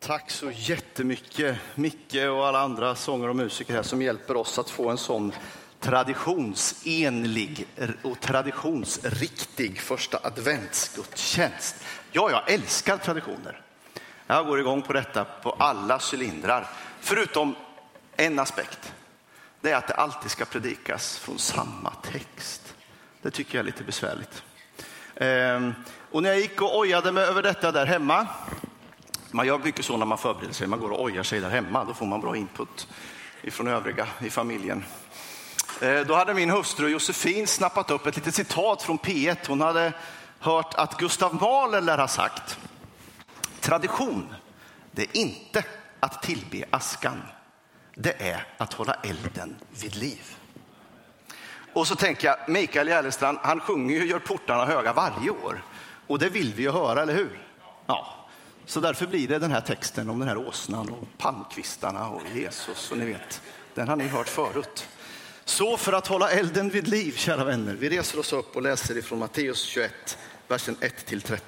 Tack så jättemycket, Micke och alla andra sångare och musiker här som hjälper oss att få en sån traditionsenlig och traditionsriktig första adventsgudstjänst. Ja, jag älskar traditioner. Jag går igång på detta på alla cylindrar. Förutom en aspekt. Det är att det alltid ska predikas från samma text. Det tycker jag är lite besvärligt. Och när jag gick och ojade mig över detta där hemma. Man gör mycket så när man förbereder sig. Man går och ojar sig där hemma. Då får man bra input ifrån övriga i familjen. Då hade min hustru Josefin snappat upp ett litet citat från P1. Hon hade hört att Gustav Mahler lär ha sagt: tradition, det är inte att tillbe askan. Det är att hålla elden vid liv. Och så tänker jag, Mikael Järlestrand, han sjunger ju Gör portarna höga varje år. Och det vill vi ju höra, eller hur? Ja. Så därför blir det den här texten om den här åsnan och palmkvistarna och Jesus. Och ni vet, den har ni hört förut. Så för att hålla elden vid liv, kära vänner, vi reser oss upp och läser ifrån Matteus 21, versen 1-13.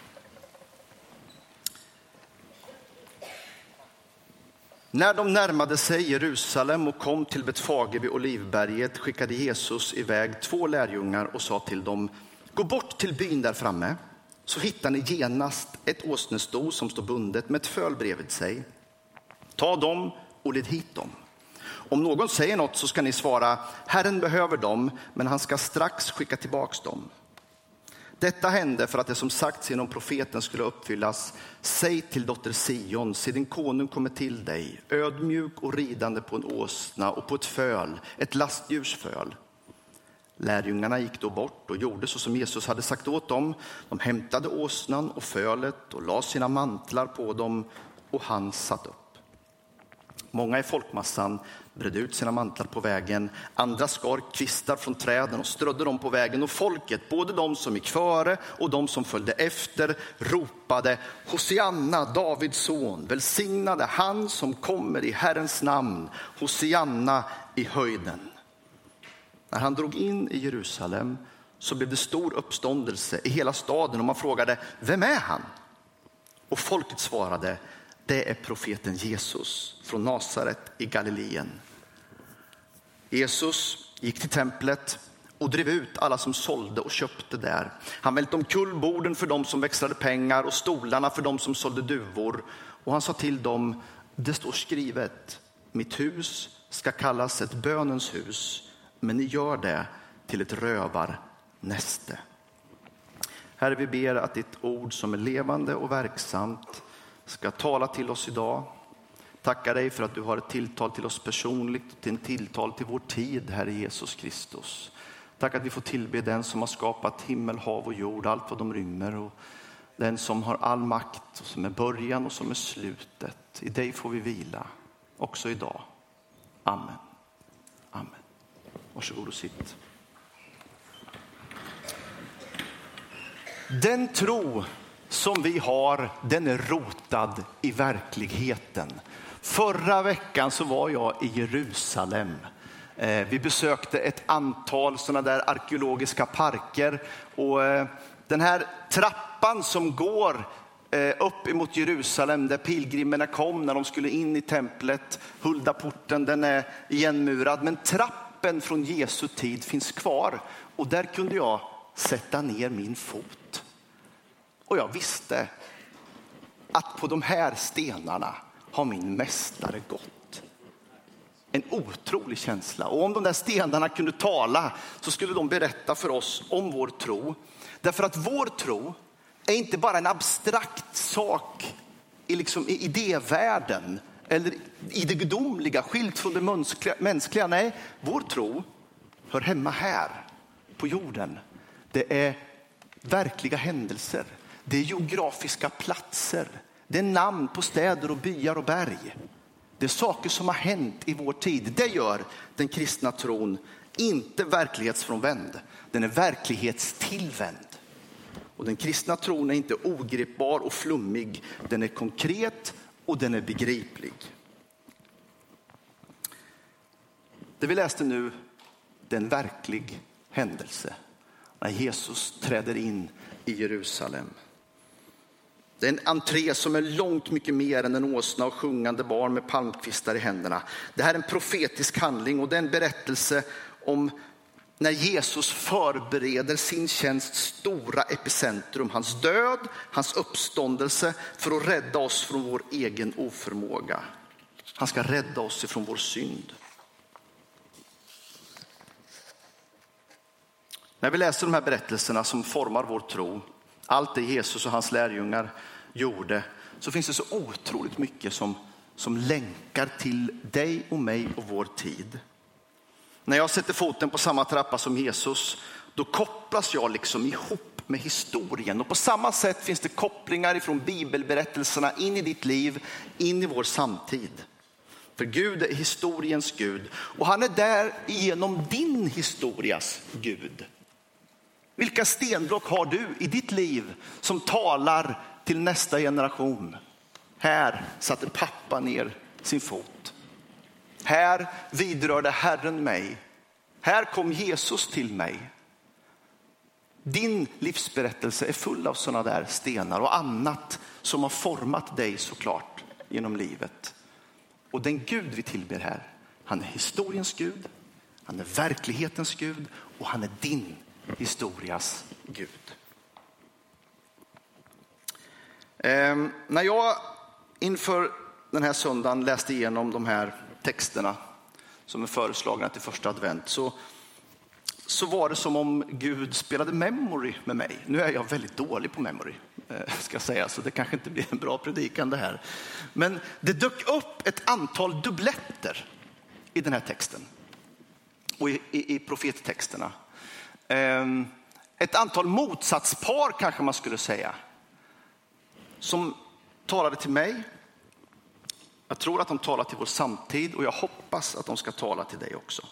När de närmade sig Jerusalem och kom till Betfage vid Olivberget skickade Jesus iväg 2 lärjungar och sa till dem: gå bort till byn där framme, så hittar ni genast ett åsnesto som står bundet med ett föl bredvid sig. Ta dem och led hit dem. Om någon säger något så ska ni svara: Herren behöver dem, men han ska strax skicka tillbaks dem. Detta hände för att det som sagts genom profeten skulle uppfyllas. Säg till dotter Sion, se din konung kommer till dig, ödmjuk och ridande på en åsna och på ett föl, ett lastdjursföl. Lärjungarna gick då bort och gjorde så som Jesus hade sagt åt dem. De hämtade åsnan och fölet och la sina mantlar på dem, och han satt upp. Många i folkmassan bredde ut sina mantlar på vägen. Andra skar kvistar från träden och strödde dem på vägen. Och folket, både de som gick före och de som följde efter, ropade: Hosianna, Davids son, välsignade han som kommer i Herrens namn. Hosianna i höjden. När han drog in i Jerusalem så blev det stor uppståndelse i hela staden, och man frågade: vem är han? Och folket svarade: det är profeten Jesus från Nasaret i Galileen. Jesus gick till templet och drev ut alla som sålde och köpte där. Han välte omkull borden för dem som växlade pengar och stolarna för dem som sålde duvor. Och han sa till dem: det står skrivet, mitt hus ska kallas ett bönens hus, men ni gör det till ett rövarnäste. Herre, vi ber att ditt ord som är levande och verksamt ska tala till oss idag. Tackar dig för att du har ett tilltal till oss personligt, till en tilltal till vår tid, Herre Jesus Kristus. Tack att vi får tillbe den som har skapat himmel, hav och jord, allt vad de rymmer, och den som har all makt och som är början och som är slutet. I dig får vi vila, också idag. Amen. Amen. Varsågod och sitt. Den tro som vi har, den är rotad i verkligheten. Förra veckan så var jag i Jerusalem. Vi besökte ett antal sådana där arkeologiska parker. Och den här trappan som går upp emot Jerusalem, där pilgrimerna kom när de skulle in i templet, Huldaporten, den är igenmurad. Men trappen från Jesu tid finns kvar. Och där kunde jag sätta ner min fot. Och jag visste att på de här stenarna har min mästare gått. En otrolig känsla. Och om de där stenarna kunde tala så skulle de berätta för oss om vår tro. Därför att vår tro är inte bara en abstrakt sak i idévärlden eller i det gudomliga, skilt från det mänskliga. Nej, vår tro hör hemma här på jorden. Det är verkliga händelser. Det är geografiska platser. Det är namn på städer och byar och berg. Det är saker som har hänt i vår tid. Det gör den kristna tron inte verklighetsfrånvänd. Den är verklighetstillvänd. Och den kristna tron är inte ogripbar och flummig. Den är konkret och den är begriplig. Det vi läste nu, det är en verklig händelse. När Jesus träder in i Jerusalem. Det är en entré som är långt mycket mer än en åsna och sjungande barn med palmkvistar i händerna. Det här är en profetisk handling och det är en berättelse om när Jesus förbereder sin tjänsts stora epicentrum, hans död, hans uppståndelse för att rädda oss från vår egen oförmåga. Han ska rädda oss ifrån vår synd. När vi läser de här berättelserna som formar vår tro, allt det Jesus och hans lärjungar gjorde, så finns det så otroligt mycket som länkar till dig och mig och vår tid. När jag sätter foten på samma trappa som Jesus, då kopplas jag liksom ihop med historien. Och på samma sätt finns det kopplingar ifrån bibelberättelserna in i ditt liv, in i vår samtid. För Gud är historiens Gud och han är där genom din historias Gud. Vilka stenblock har du i ditt liv som talar till nästa generation? Här satte pappa ner sin fot. Här vidrörde Herren mig. Här kom Jesus till mig. Din livsberättelse är full av sådana där stenar och annat som har format dig såklart genom livet. Och den Gud vi tillber här, han är historiens Gud, han är verklighetens Gud och han är din historias Gud. När jag inför den här söndagen läste igenom de här texterna som är föreslagna till första advent så var det som om Gud spelade memory med mig. Nu är jag väldigt dålig på memory, ska jag säga, så det kanske inte blir en bra predikan det här. Men det dök upp ett antal dubbletter i den här texten och i profettexterna. Ett antal motsatspar kanske man skulle säga som talade till mig. Jag tror att de talar till vår samtid och jag hoppas att de ska tala till dig också.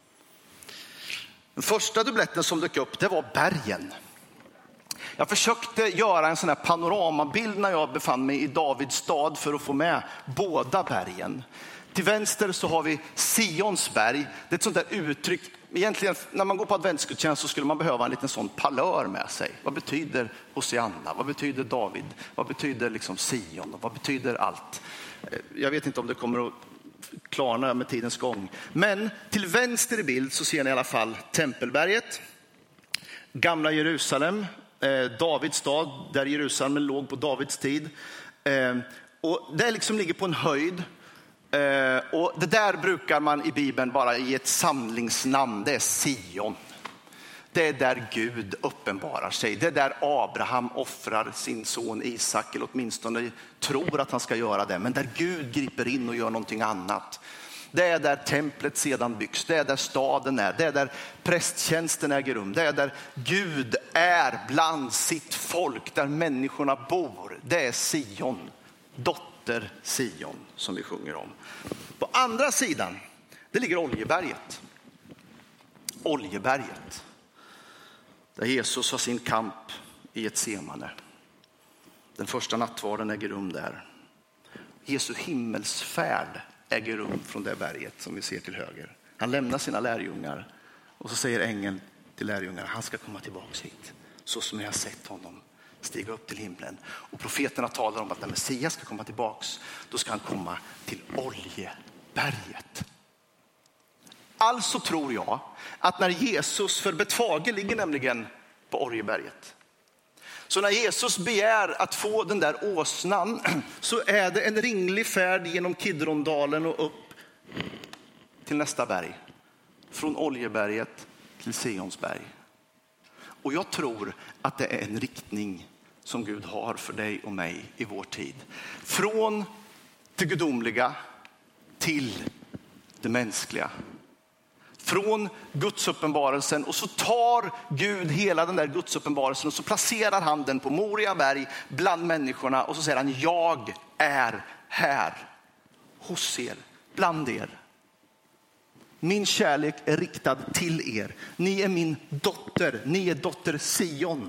Den första dubbletten som dök upp, det var bergen. Jag försökte göra en sån här panoramabild när jag befann mig i Davids stad för att få med båda bergen. Till vänster så har vi Sions berg. Det är ett sånt där uttryck. Egentligen när man går på adventsgudstjänst så skulle man behöva en liten sån palör med sig. Vad betyder Hosianna? Vad betyder David? Vad betyder liksom Sion? Vad betyder allt? Jag vet inte om det kommer att klarna med tidens gång. Men till vänster i bild så ser ni i alla fall Tempelberget. Gamla Jerusalem. Davids stad där Jerusalem låg på Davids tid. Och det liksom ligger på en höjd. Och det där brukar man i Bibeln bara ge ett samlingsnamn. Det är Sion. Det är där Gud uppenbarar sig. Det är där Abraham offrar sin son Isak, eller åtminstone tror att han ska göra det. Men där Gud griper in och gör någonting annat. Det är där templet sedan byggs. Det är där staden är. Det är där prästtjänsten äger rum. Det är där Gud är bland sitt folk. Där människorna bor. Det är Sion. Dotter Sion som vi sjunger om. På andra sidan, det ligger Oljeberget. Oljeberget. Där Jesus har sin kamp i ett semane. Den första nattvarden äger rum där. Jesu himmelsfärd äger rum från det berget som vi ser till höger. Han lämnar sina lärjungar och så säger ängeln till lärjungarna, han ska komma tillbaka hit. Så som jag har sett honom stiga upp till himlen. Och profeterna talar om att när Messias ska komma tillbaks, då ska han komma till Oljeberget. Alltså tror jag att när Jesus, för Betfage ligger nämligen på Oljeberget. Så när Jesus begär att få den där åsnan så är det en ringlig färd genom Kidrondalen och upp till nästa berg. Från Oljeberget till Sionsberg. Och jag tror att det är en riktning som Gud har för dig och mig i vår tid. Från det gudomliga till det mänskliga. Från Guds uppenbarelsen och så tar Gud hela den där Guds uppenbarelsen och så placerar han den på Moria berg bland människorna och så säger han, jag är här hos er, bland er. Min kärlek är riktad till er. Ni är min dotter, ni är dotter Sion.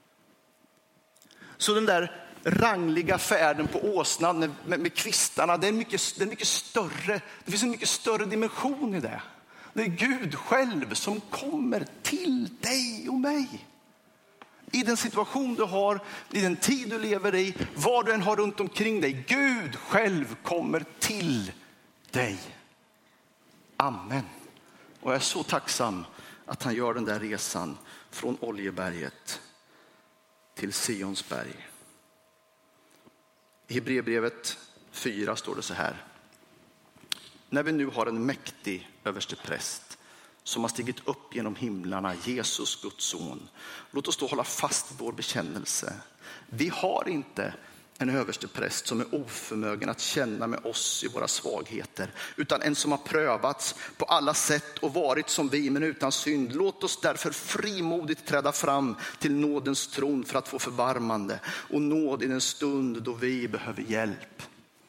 Så den där rangliga färden på åsnan med kvistarna, det är mycket större. Det finns en mycket större dimension i det. Det är Gud själv som kommer till dig och mig. i den situation du har, i den tid du lever i, vad du än har runt omkring dig. Gud själv kommer till dig. Amen. Och jag är så tacksam att han gör den där resan från Oljeberget till Sionsberg. I Hebreerbrevet 4 står det så här. När vi nu har en mäktig överstepräst som har stigit upp genom himlarna, Jesus, Guds son. Låt oss då hålla fast vår bekännelse. Vi har inte en överstepräst som är oförmögen att känna med oss i våra svagheter, utan en som har prövats på alla sätt och varit som vi men utan synd. Låt oss därför frimodigt träda fram till nådens tron för att få förbarmande och nåd i den stund då vi behöver hjälp.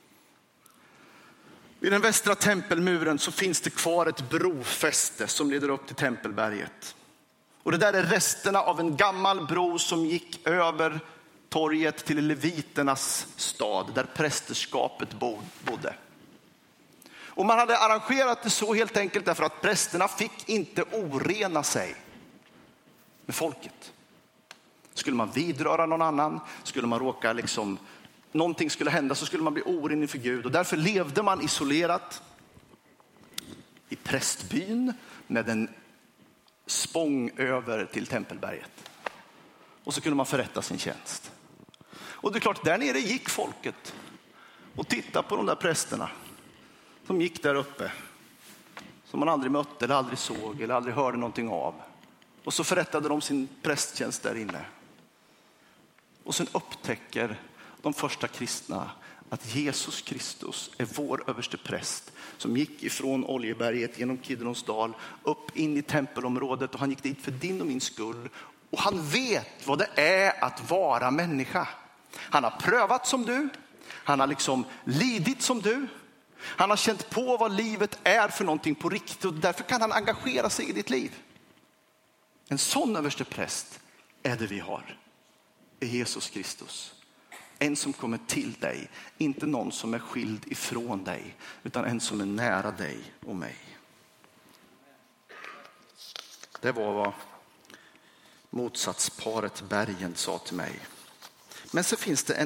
Vid den västra tempelmuren så finns det kvar ett brofäste som leder upp till Tempelberget. Och det där är resterna av en gammal bro som gick över torget till leviternas stad där prästerskapet bodde. Och man hade arrangerat det så helt enkelt därför att prästerna fick inte orena sig med folket. Skulle man vidröra någon annan, skulle man råka någonting skulle hända, så skulle man bli oren inför Gud. Och därför levde man isolerat i prästbyn med en spång över till Tempelberget. Och så kunde man förrätta sin tjänst. Och det är klart, där nere gick folket och tittade på de där prästerna som gick där uppe. Som man aldrig mötte eller aldrig såg eller aldrig hörde någonting av. Och så förrättade de sin prästtjänst där inne. Och sen upptäcker de första kristna att Jesus Kristus är vår överste präst som gick ifrån Oljeberget genom Kidrons dal upp in i tempelområdet, och han gick dit för din och min skull. Och han vet vad det är att vara människa. Han har prövat som du. Han har lidit som du. Han har känt på vad livet är för någonting på riktigt, och därför kan han engagera sig i ditt liv. En sån överste präst är det vi har. Är Jesus Kristus. En som kommer till dig, inte någon som är skild ifrån dig, utan en som är nära dig och mig. Det var vad motsatsparet Bergen sa till mig. Men så finns det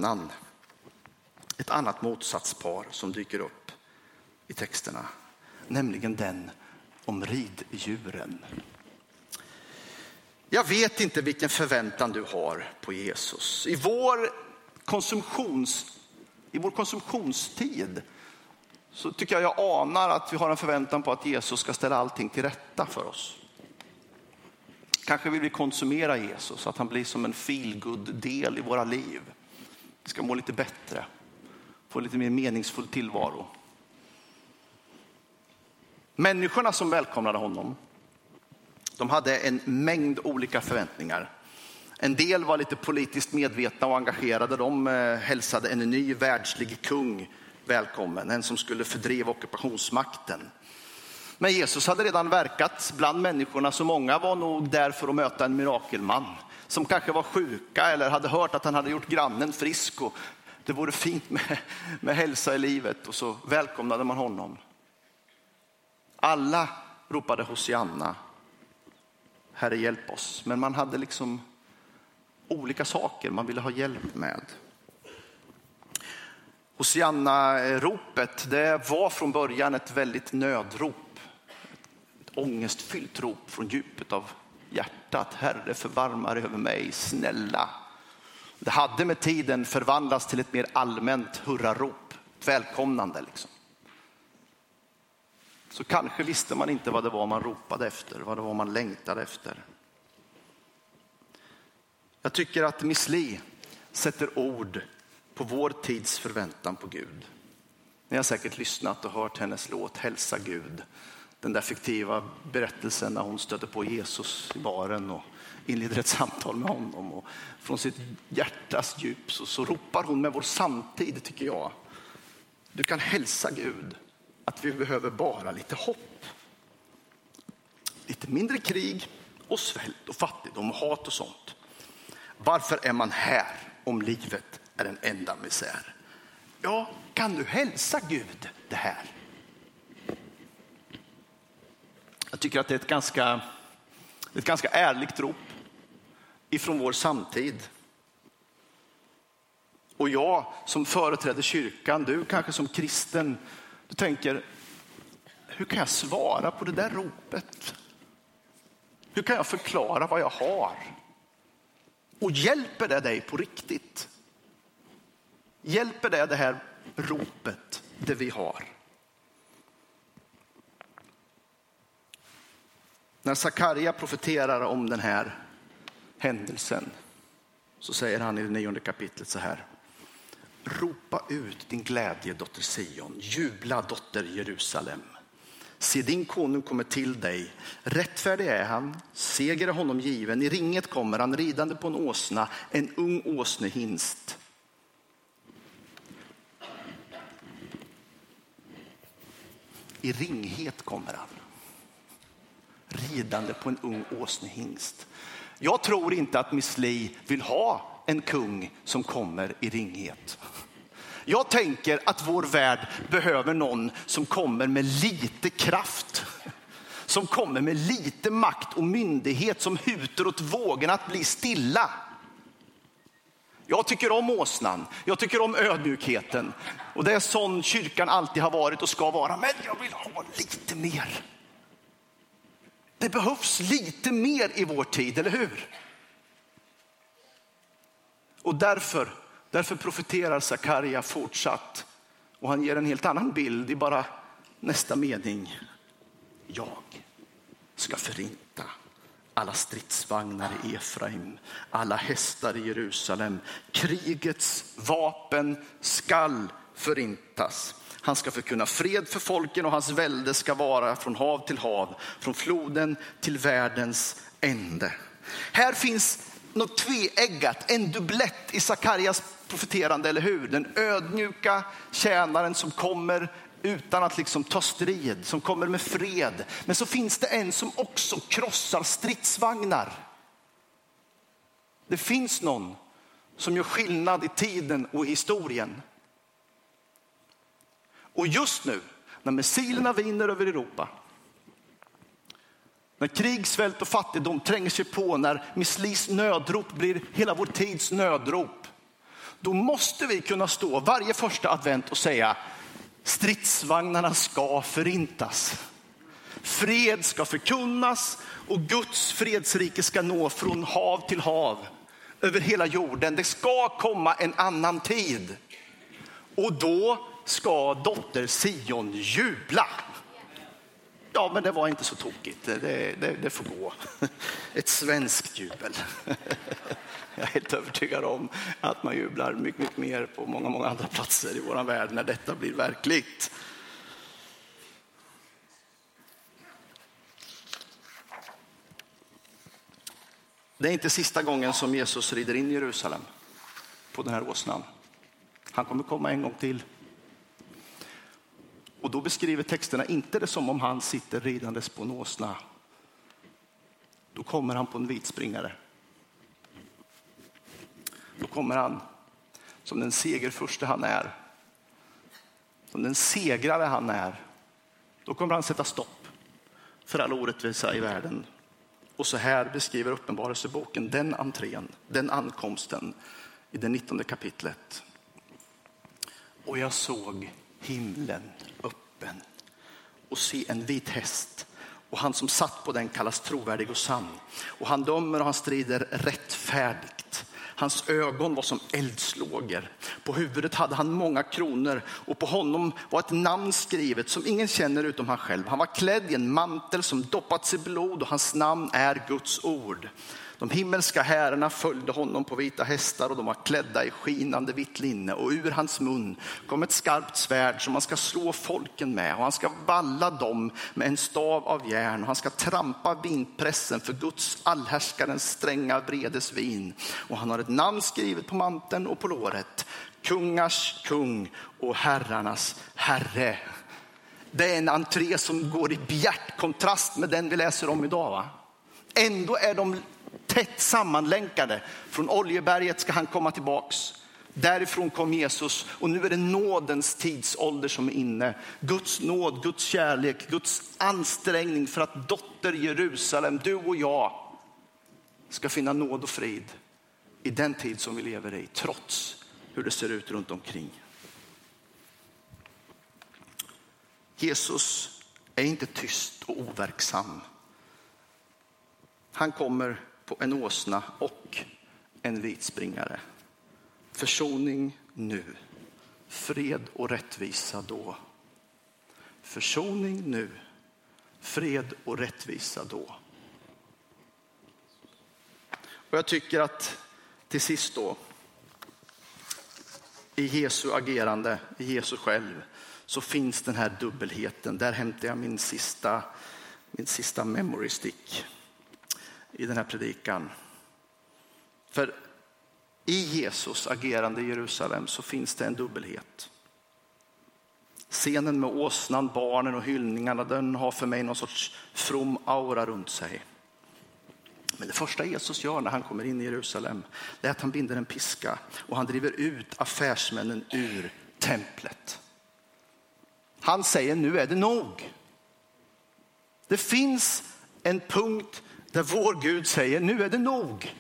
ett annat motsatspar som dyker upp i texterna, nämligen den om riddjuren. Jag vet inte vilken förväntan du har på Jesus. I vår konsumtionstid så tycker jag anar att vi har en förväntan på att Jesus ska ställa allting till rätta för oss. Kanske vill vi konsumera Jesus så att han blir som en feel-good-del i våra liv. Vi ska må lite bättre, få lite mer meningsfull tillvaro. Människorna som välkomnade honom, de hade en mängd olika förväntningar. En del var lite politiskt medvetna och engagerade. De hälsade en ny världslig kung välkommen. En som skulle fördriva ockupationsmakten. Men Jesus hade redan verkat bland människorna, så många var nog där för att möta en mirakelman. Som kanske var sjuka eller hade hört att han hade gjort grannen frisk. Och det vore fint med hälsa i livet, och så välkomnade man honom. Alla ropade Hosianna. Herre, hjälp oss. Men man hade olika saker man ville ha hjälp med. Hosianna-ropet, det var från början ett väldigt nödrop. Ett ångestfyllt rop från djupet av hjärtat. Herre, förbarma dig över mig, snälla. Det hade med tiden förvandlats till ett mer allmänt hurrarop. Ett välkomnande Så kanske visste man inte vad det var man ropade efter, vad det var man längtade efter. Jag tycker att Miss Li sätter ord på vår tids förväntan på Gud. Ni har säkert lyssnat och hört hennes låt Hälsa Gud. Den där fiktiva berättelsen när hon stöter på Jesus i baren och inleder ett samtal med honom. Och från sitt hjärtas djup så ropar hon med vår samtid, tycker jag. Du kan hälsa Gud att vi behöver bara lite hopp. Lite mindre krig och svält och fattigdom och hat och sånt. Varför är man här om livet är en enda misär? Ja, kan du hälsa Gud det här? Jag tycker att det är ett ganska ärligt rop. ifrån vår samtid. Och jag som företräder kyrkan, du kanske som kristen, du tänker, hur kan jag svara på det där ropet? Hur kan jag förklara vad jag har? Och hjälper det dig på riktigt? Hjälper det här ropet, det vi har? När Sakaria profeterar om den här händelsen så säger han i det 9:e kapitlet så här: ropa ut din glädje, dotter Sion, jubla, dotter Jerusalem. Se, din konung kommer till dig, rättfärdig är han, seger är honom given. I ringet kommer han ridande på en åsna, en ung åsnehingst. I ringhet kommer han, ridande på en ung åsnehingst. Jag tror inte att Miss Li vill ha en kung som kommer i ringhet. Jag tänker att vår värld behöver någon som kommer med lite kraft. Som kommer med lite makt och myndighet, som huter åt vågorna att bli stilla. Jag tycker om åsnan, jag tycker om ödmjukheten. Och det är sån kyrkan alltid har varit och ska vara. Men jag vill ha lite mer. Det behövs lite mer i vår tid, eller hur? Och därför profeterar Sakaria fortsatt. Och han ger en helt annan bild i bara nästa mening. Jag ska förinta alla stridsvagnar i Efraim, alla hästar i Jerusalem. Krigets vapen skall förintas. Han ska förkunna fred för folken och hans välde ska vara från hav till hav, från floden till världens ände. Här finns något tveeggat, en dubblett i Sakarias profeterande, eller hur? Den ödmjuka tjänaren som kommer utan att liksom ta strid, som kommer med fred. Men så finns det en som också krossar stridsvagnar. Det finns någon som gör skillnad i tiden och i historien. Och just nu, när missilerna viner över Europa, när krig, svält och fattigdom tränger sig på, när Miss Lis nödrop blir hela vår tids nödrop, då måste vi kunna stå varje första advent och säga: stridsvagnarna ska förintas. Fred ska förkunnas och Guds fredsrike ska nå från hav till hav över hela jorden. Det ska komma en annan tid. Och då ska dotter Sion jubla. Ja, men det var inte så tokigt. Det får gå. Ett svenskt jubel. Jag är helt övertygad om att man jublar mycket, mycket mer på många, många andra platser i vår värld när detta blir verkligt. Det är inte sista gången som Jesus rider in i Jerusalem på den här åsnan. Han kommer komma en gång till. Och då beskriver texterna inte det som om han sitter ridandes på en åsna. Då kommer han på en vit springare. Då kommer han som den segerförste han är. Som den segrare han är. Då kommer han sätta stopp för all orättvisa i världen. Och så här beskriver Uppenbarelseboken den entrén, den ankomsten i det 19:e kapitlet. Och jag såg himlen öppen och se en vit häst. Och han som satt på den kallas trovärdig och sann. Och han dömer och han strider rättfärdigt. Hans ögon var som eldslågor. På huvudet hade han många kronor och på honom var ett namn skrivet som ingen känner utom han själv. Han var klädd i en mantel som doppats i blod och hans namn är Guds ord. De himmelska herrarna följde honom på vita hästar och de var klädda i skinande vitt linne. Och ur hans mun kom ett skarpt svärd som man ska slå folken med. Och han ska valla dem med en stav av järn. Och han ska trampa vinpressen för Guds allhärskarens stränga vredesvin. Och han har ett namn skrivet på manteln och på låret. Kungars kung och herrarnas herre. Det är en entré som går i bjärt kontrast med den vi läser om idag, va? Ändå är de tätt sammanlänkade. Från Oljeberget ska han komma tillbaks. Därifrån kom Jesus och nu är det nådens tidsålder som är inne. Guds nåd, Guds kärlek, Guds ansträngning för att dotter Jerusalem, du och jag, ska finna nåd och frid i den tid som vi lever i, trots hur det ser ut runt omkring. Jesus är inte tyst och overksam. Han kommer på en åsna och en vitspringare. Försoning nu, fred och rättvisa då. Försoning nu, fred och rättvisa då. Och jag tycker att till sist då, i Jesu agerande, i Jesus själv, så finns den här dubbelheten. Där hämtar jag min sista memory stick i den här predikan. För i Jesus agerande i Jerusalem så finns det en dubbelhet. Scenen med åsnan, barnen och hyllningarna, den har för mig någon sorts from aura runt sig. Men det första Jesus gör när han kommer in i Jerusalem, det är att han binder en piska och han driver ut affärsmännen ur templet. Han säger, nu är det nog. Det finns en punkt där vår Gud säger, nu är det nog.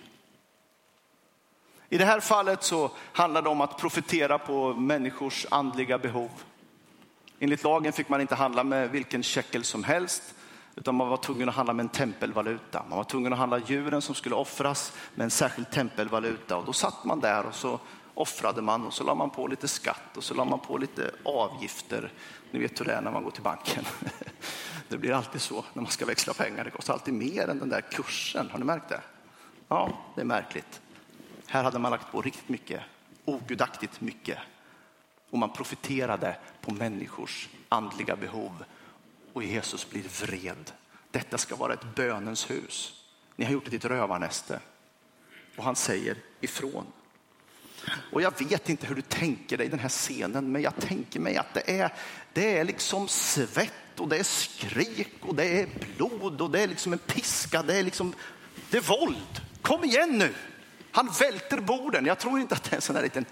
I det här fallet så handlar det om att profetera på människors andliga behov. Enligt lagen fick man inte handla med vilken shekel som helst, utan man var tvungen att handla med en tempelvaluta. Man var tvungen att handla djuren som skulle offras med en särskild tempelvaluta. Och då satt man där och så offrade man och så la man på lite skatt och så la man på lite avgifter. Ni vet hur det är när man går till banken. Det blir alltid så när man ska växla pengar. Det kostar alltid mer än den där kursen. Har ni märkt det? Ja, det är märkligt. Här hade man lagt på riktigt mycket, ogudaktigt mycket. Och man profiterade på människors andliga behov. Och Jesus blir vred. Detta ska vara ett bönens hus. Ni har gjort det till ett rövarnäste. Och han säger ifrån. Och jag vet inte hur du tänker dig den här scenen, men jag tänker mig att det är liksom svett och det är skrik och det är blod och det är liksom en piska. Det är våld. Kom igen nu. Han välter borden. Jag tror inte att det är en sån här liten...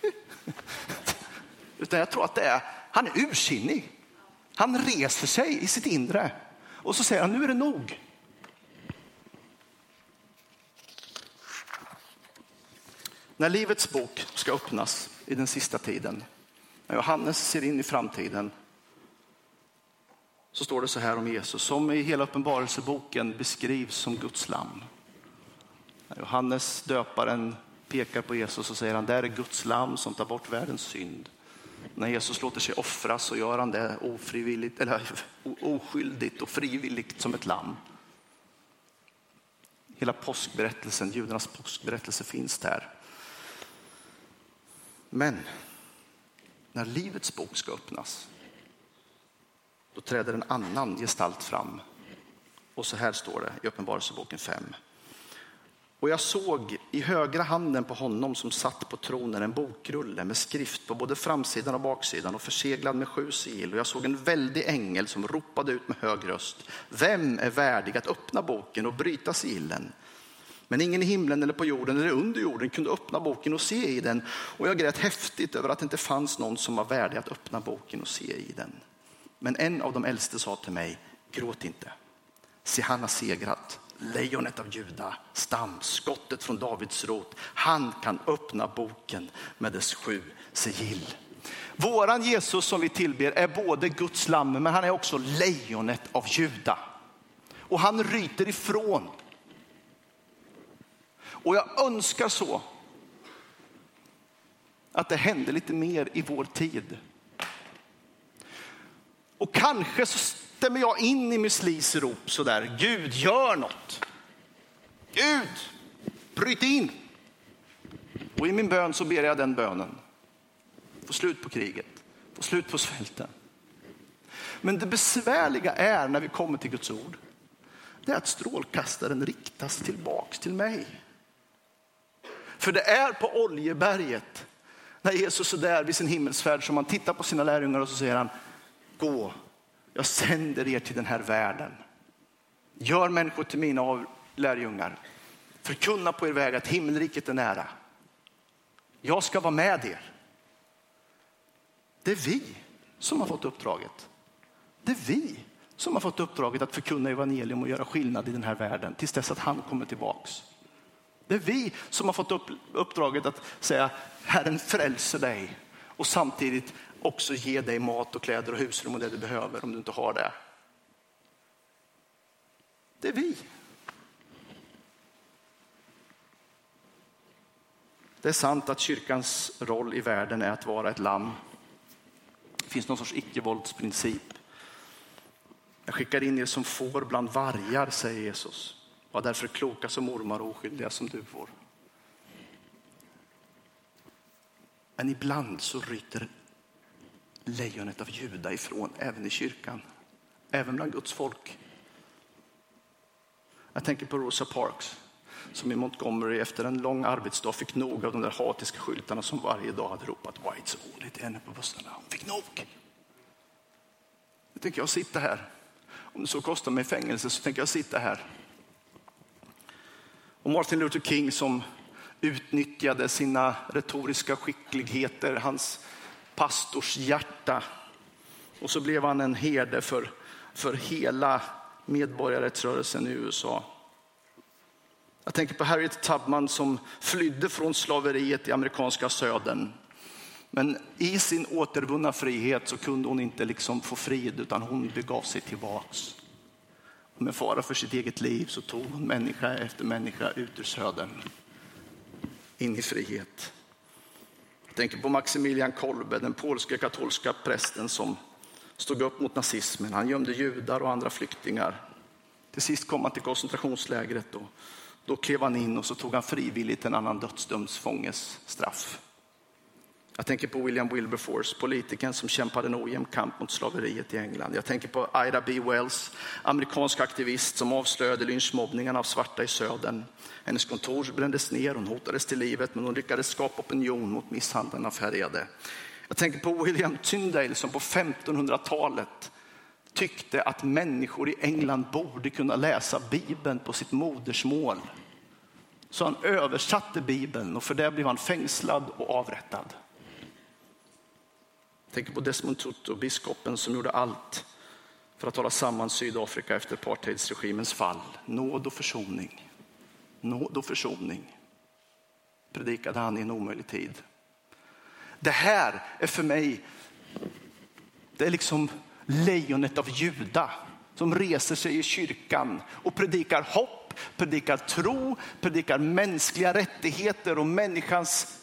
Utan jag tror att han är ursinnig. Han reser sig i sitt inre. Och så säger han, nu är det nog. När livets bok ska öppnas i den sista tiden, när Johannes ser in i framtiden, så står det så här om Jesus, som i hela uppenbarelseboken beskrivs som Guds lamm. När Johannes döparen pekar på Jesus och säger han, där är Guds lamm som tar bort världens synd. När Jesus låter sig offras så gör han det ofrivilligt, eller oskyldigt och frivilligt som ett lamm. Hela påskberättelsen, judarnas påskberättelse finns där. Men när livets bok ska öppnas, då träder en annan gestalt fram. Och så här står det i Uppenbarelseboken 5. Och jag såg i högra handen på honom som satt på tronen en bokrulle med skrift på både framsidan och baksidan och förseglad med 7 sigill. Och jag såg en väldig ängel som ropade ut med hög röst. Vem är värdig att öppna boken och bryta sigillen? Men ingen i himlen eller på jorden eller under jorden kunde öppna boken och se i den. Och jag grät häftigt över att det inte fanns någon som var värdig att öppna boken och se i den. Men en av de äldste sa till mig, gråt inte. Se, han har segrat. Lejonet av Juda, stam, skottet från Davids rot. Han kan öppna boken med dess 7 sigill. Våran Jesus som vi tillber är både Guds lamm, men han är också lejonet av Juda. Och han ryter ifrån. Och jag önskar så att det händer lite mer i vår tid. Och kanske så stämmer jag in i Muslis rop så där. Gud, gör något. Gud, bryt in. Och i min bön så ber jag den bönen. Få slut på kriget. Få slut på svälten. Men det besvärliga är när vi kommer till Guds ord. Det är att strålkastaren riktas tillbaks till mig. För det är på Oljeberget när Jesus är där vid sin himmelsfärd som han tittar på sina lärjungar och så säger han, gå, jag sänder er till den här världen. Gör människor till mina lärjungar. Förkunna på er väg att himmelriket är nära. Jag ska vara med er. Det är vi som har fått uppdraget. Det är vi som har fått uppdraget att förkunna evangelium och göra skillnad i den här världen tills dess att han kommer tillbaks. Det är vi som har fått uppdraget att säga Herren frälser dig och samtidigt också ge dig mat och kläder och husrum och det du behöver om du inte har det. Det är vi. Det är sant att kyrkans roll i världen är att vara ett lamm. Det finns någon sorts icke-våldsprincip. Jag skickar in er som får bland vargar, säger Jesus. Var därför kloka som ormar och oskyldiga som duvor. Men ibland så ryter lejonet av Juda ifrån, även i kyrkan. Även bland Guds folk. Jag tänker på Rosa Parks som i Montgomery efter en lång arbetsdag fick nog av de där hatiska skyltarna som varje dag hade ropat Whites only till henne på bussarna. Hon fick nog. Jag tänker jag sitta här. Om det så kostar mig fängelse så tänker jag sitta här. Och Martin Luther King som utnyttjade sina retoriska skickligheter, hans pastors hjärta. Och så blev han en herde för hela medborgarrättsrörelsen i USA. Jag tänker på Harriet Tubman som flydde från slaveriet i amerikanska södern. Men i sin återvunna frihet så kunde hon inte liksom få frid utan hon begav sig tillbaks. Och med fara för sitt eget liv så tog hon människa efter människa ut ur södern. In i frihet. Jag tänker på Maximilian Kolbe, den polska katolska prästen som stod upp mot nazismen. Han gömde judar och andra flyktingar. Till sist kom han till koncentrationslägret och då klev han in och så tog han frivilligt en annan dödsdömds fånges straff. Jag tänker på William Wilberforce, politikern som kämpade en ojämn kamp mot slaveriet i England. Jag tänker på Ida B. Wells, amerikansk aktivist som avslöjade lynchmobbningarna av svarta i södern. Hennes kontor brändes ner, hon hotades till livet men hon lyckades skapa opinion mot misshandeln av färgade. Jag tänker på William Tyndale som på 1500-talet tyckte att människor i England borde kunna läsa Bibeln på sitt modersmål. Så han översatte Bibeln och för det blev han fängslad och avrättad. Jag tänker på Desmond Tutu, biskopen som gjorde allt för att hålla samman Sydafrika efter apartheidsregimens fall. Nåd och försoning. Nåd och försoning. Predikade han i en omöjlig tid. Det här är för mig, det är liksom lejonet av Juda som reser sig i kyrkan och predikar hopp, predikar tro, predikar mänskliga rättigheter och människans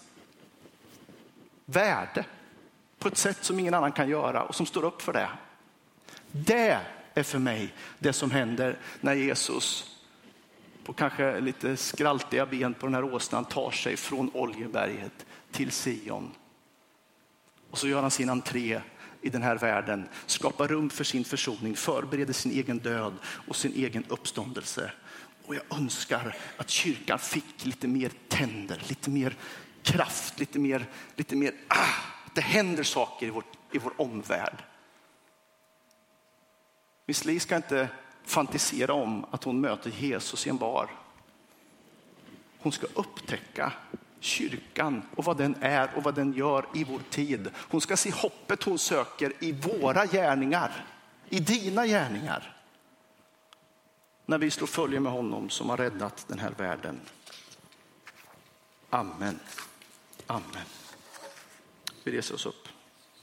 värde på ett sätt som ingen annan kan göra och som står upp för det. Det är för mig det som händer när Jesus på kanske lite skraltiga ben på den här åsnan tar sig från Oljeberget till Sion. Och så gör han sin entré i den här världen, skapar rum för sin försoning, förbereder sin egen död och sin egen uppståndelse. Och jag önskar att kyrkan fick lite mer tänder, lite mer kraft, lite mer det händer saker i vår omvärld. Miss Li ska inte fantisera om att hon möter Jesus i en bar. Hon ska upptäcka kyrkan och vad den är och vad den gör i vår tid. Hon ska se hoppet hon söker i våra gärningar, i dina gärningar. När vi slår följe med honom som har räddat den här världen. Amen. Amen. Vi reser oss upp.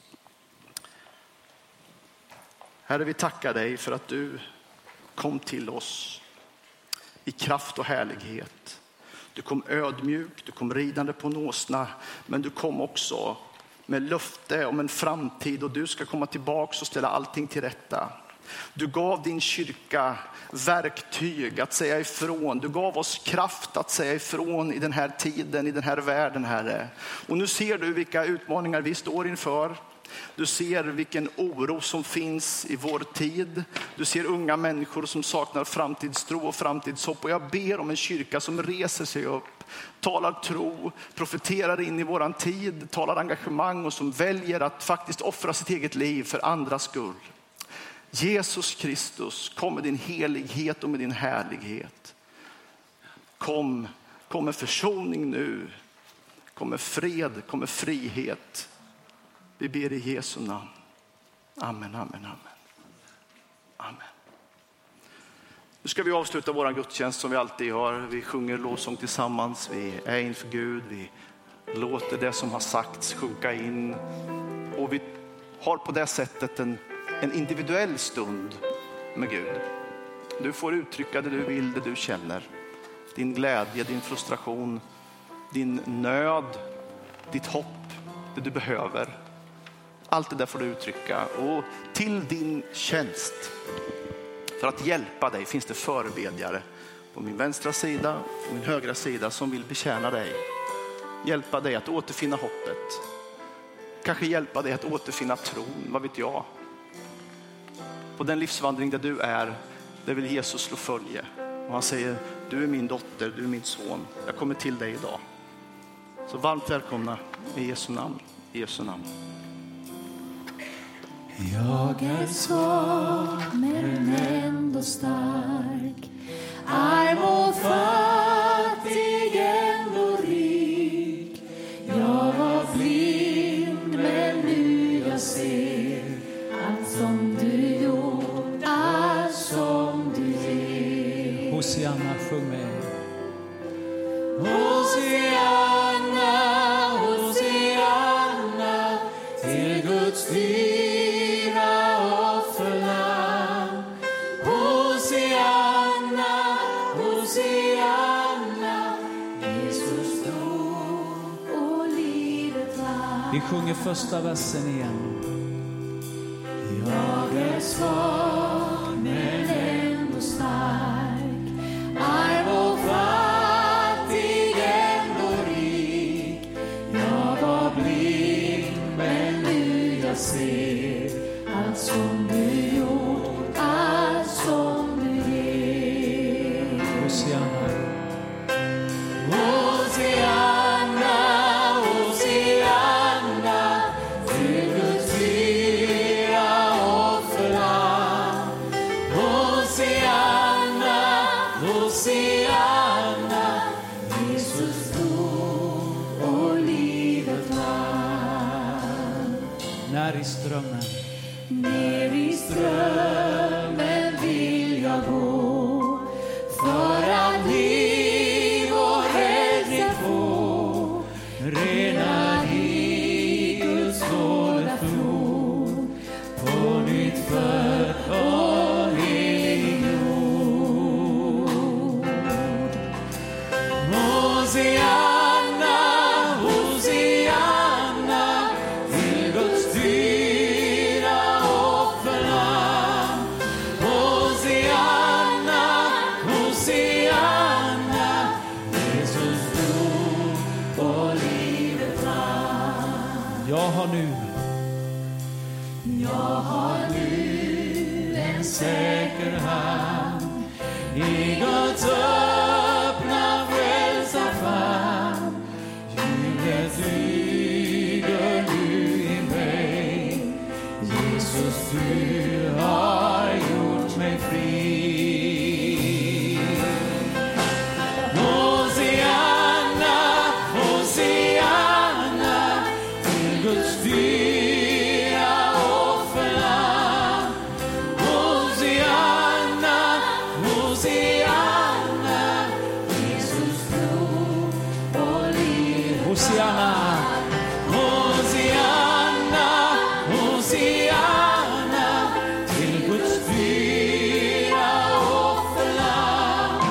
Herre, vi tackar dig för att du kom till oss i kraft och härlighet. Du kom ödmjuk, du kom ridande på en åsna, men du kom också med löfte om en framtid och du ska komma tillbaka och ställa allting till rätta. Du gav din kyrka verktyg att säga ifrån. Du gav oss kraft att säga ifrån i den här tiden, i den här världen, Herre. Och nu ser du vilka utmaningar vi står inför. Du ser vilken oro som finns i vår tid. Du ser unga människor som saknar framtidstro och framtidshopp. Och jag ber om en kyrka som reser sig upp, talar tro, profeterar in i våran tid, talar engagemang och som väljer att faktiskt offra sitt eget liv för andras skull. Jesus Kristus, kom med din helighet och med din härlighet. Kom med försoning nu. Kom med fred, kom med frihet. Vi ber i Jesu namn. Amen, amen, amen. Amen. Nu ska vi avsluta vår gudstjänst som vi alltid gör. Vi sjunger lovsång tillsammans. Vi är inför Gud. Vi låter det som har sagts sjunka in. Och vi har på det sättet en individuell stund med Gud. Du får uttrycka det du vill, det du känner. Din glädje, din frustration, din nöd, ditt hopp, det du behöver. Allt det där får du uttrycka. Och till din tjänst, för att hjälpa dig, finns det förebedjare på min vänstra sida och min högra sida som vill betjäna dig. Hjälpa dig att återfinna hoppet. Kanske hjälpa dig att återfinna tron, vad vet jag. På den livsvandring där du är, där vill Jesus slå följe. Och han säger, du är min dotter, du är min son. Jag kommer till dig idag. Så varmt välkomna i Jesu namn. I Jesu namn. Jag är svag men ändå stark. Arm och fattig ändå rik. Jag var blind men nu jag ser. Allt som du gjort, allt som du ger. Hosianna, sjung med. Hosianna, Hosianna, till Guds dyra offerlamm. Hosianna, Hosianna, Jesus dog och livet vann. Vi sjunger första versen igen. Jag är svag men ändå stark. Arm och fattig ändå rik. Jag var blind men nu jag ser. Allt som du gjort, allt som du ger. Hosianna. Hosianna, Hosianna, till Guds dyra offerlamm. Hosianna, Hosianna, Jesus dog och livet vann. När i strömmen. Ner i strömmen vill jag gå, för att liv och räddning få. Rena i Guds nåde flod, på nytt född och helig jord. Hosianna, Hosianna, till Guds dyra offerlamm. Hosianna, Hosianna, Jesus dog och livet vann. Jag har nu En säker hand i Guds öppna frälsarfamn. Jublet lyder nu i mig. Jesus, du har gjort mig fri. Hosianna, Hosianna, till Guds dyra offerlamm. Hosianna, Hosianna, Jesus dog och livet. Hosianna. Hosianna, Hosianna, till Guds dyra offerlamm.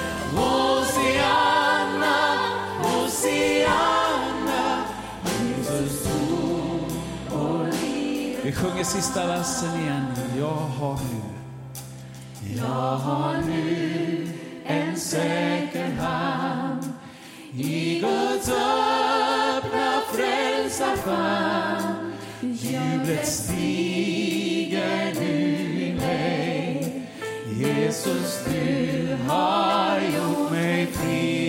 Hosianna, Hosianna, Jesus dog och livet. Vi sjunger sista versen igen. Jag har nu en säker hand i Guds öppna frälsarfamn. Jublet stiger nu i mig. Jesus, du har gjort mig fri.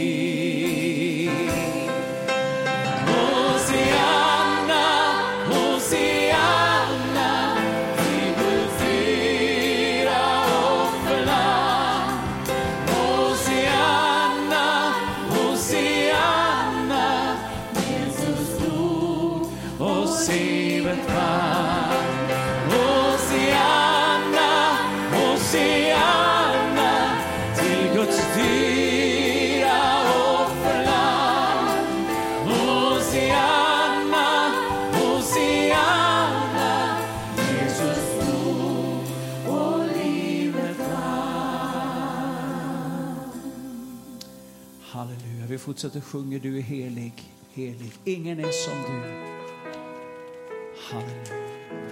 Hosianna, Hosianna, till Guds dyra offerlamm. Hosianna, Hosianna, Jesus dog och segret vann. Hosianna, Hosianna, Halleluja. Vi fortsätter sjunga. Du är helig, helig. Ingen är som du. Halleluja.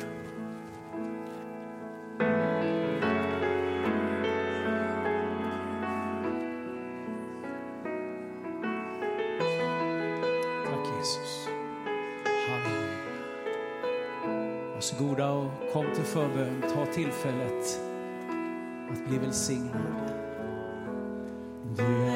Tack Jesus. Halleluja. Varsågoda och kom till förbön. Ta tillfället att bli välsignad. Du